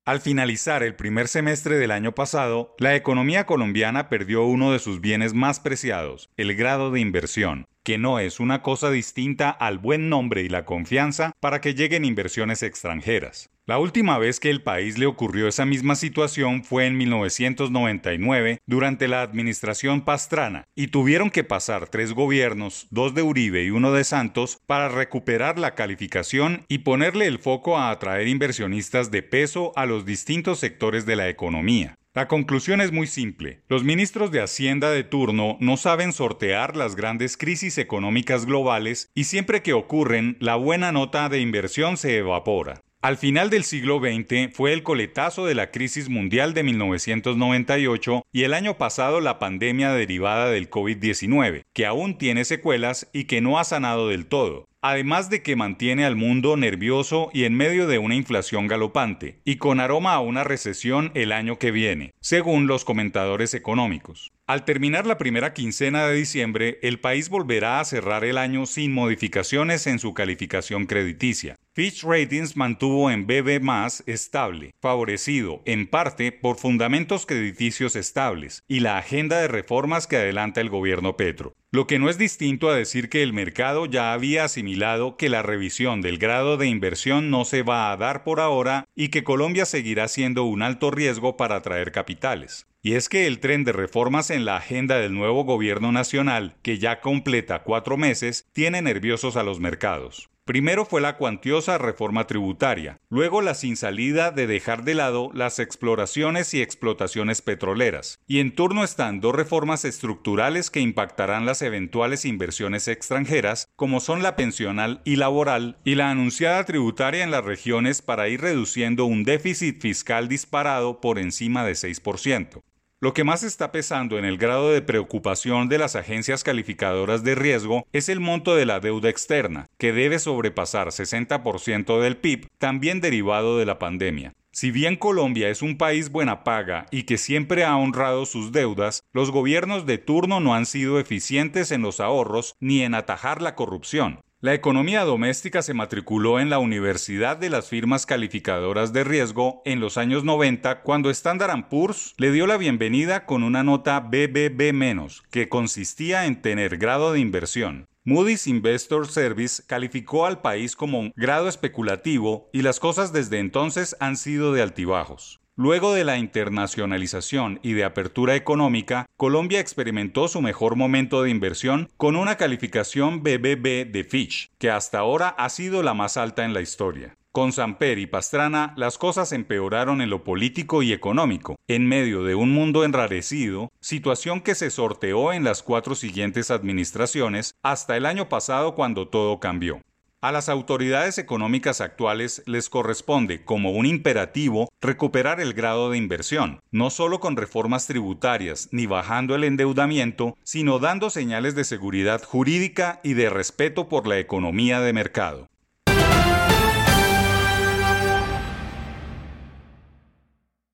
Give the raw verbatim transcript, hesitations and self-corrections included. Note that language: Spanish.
Al finalizar el primer semestre del año pasado, la economía colombiana perdió uno de sus bienes más preciados, el grado de inversión, que no es una cosa distinta al buen nombre y la confianza para que lleguen inversiones extranjeras. La última vez que el país le ocurrió esa misma situación fue en mil novecientos noventa y nueve, durante la administración Pastrana, y tuvieron que pasar tres gobiernos, dos de Uribe y uno de Santos, para recuperar la calificación y ponerle el foco a atraer inversionistas de peso a los distintos sectores de la economía. La conclusión es muy simple. Los ministros de Hacienda de turno no saben sortear las grandes crisis económicas globales y siempre que ocurren, la buena nota de inversión se evapora. Al final del siglo veinte fue el coletazo de la crisis mundial de mil novecientos noventa y ocho y el año pasado la pandemia derivada del COVID diecinueve, que aún tiene secuelas y que no ha sanado del todo. Además de que mantiene al mundo nervioso y en medio de una inflación galopante, y con aroma a una recesión el año que viene, según los comentadores económicos. Al terminar la primera quincena de diciembre, el país volverá a cerrar el año sin modificaciones en su calificación crediticia. Fitch Ratings mantuvo en B B más estable, favorecido en parte por fundamentos crediticios estables y la agenda de reformas que adelanta el gobierno Petro. Lo que no es distinto a decir que el mercado ya había asimilado que la revisión del grado de inversión no se va a dar por ahora y que Colombia seguirá siendo un alto riesgo para atraer capitales. Y es que el tren de reformas en la agenda del nuevo gobierno nacional, que ya completa cuatro meses, tiene nerviosos a los mercados. Primero fue la cuantiosa reforma tributaria, luego la sin salida de dejar de lado las exploraciones y explotaciones petroleras, y en turno están dos reformas estructurales que impactarán las eventuales inversiones extranjeras, como son la pensional y laboral, y la anunciada tributaria en las regiones para ir reduciendo un déficit fiscal disparado por encima de seis por ciento. Lo que más está pesando en el grado de preocupación de las agencias calificadoras de riesgo es el monto de la deuda externa, que debe sobrepasar sesenta por ciento del P I B, también derivado de la pandemia. Si bien Colombia es un país buena paga y que siempre ha honrado sus deudas, los gobiernos de turno no han sido eficientes en los ahorros ni en atajar la corrupción. La economía doméstica se matriculó en la Universidad de las Firmas Calificadoras de Riesgo en los años noventa cuando Standard and Poor's le dio la bienvenida con una nota B B B menos, que consistía en tener grado de inversión. Moody's Investor Service calificó al país como un grado especulativo y las cosas desde entonces han sido de altibajos. Luego de la internacionalización y de apertura económica, Colombia experimentó su mejor momento de inversión con una calificación B B B de Fitch, que hasta ahora ha sido la más alta en la historia. Con Samper y Pastrana, las cosas empeoraron en lo político y económico, en medio de un mundo enrarecido, situación que se sorteó en las cuatro siguientes administraciones hasta el año pasado cuando todo cambió. A las autoridades económicas actuales les corresponde, como un imperativo, recuperar el grado de inversión, no solo con reformas tributarias ni bajando el endeudamiento, sino dando señales de seguridad jurídica y de respeto por la economía de mercado.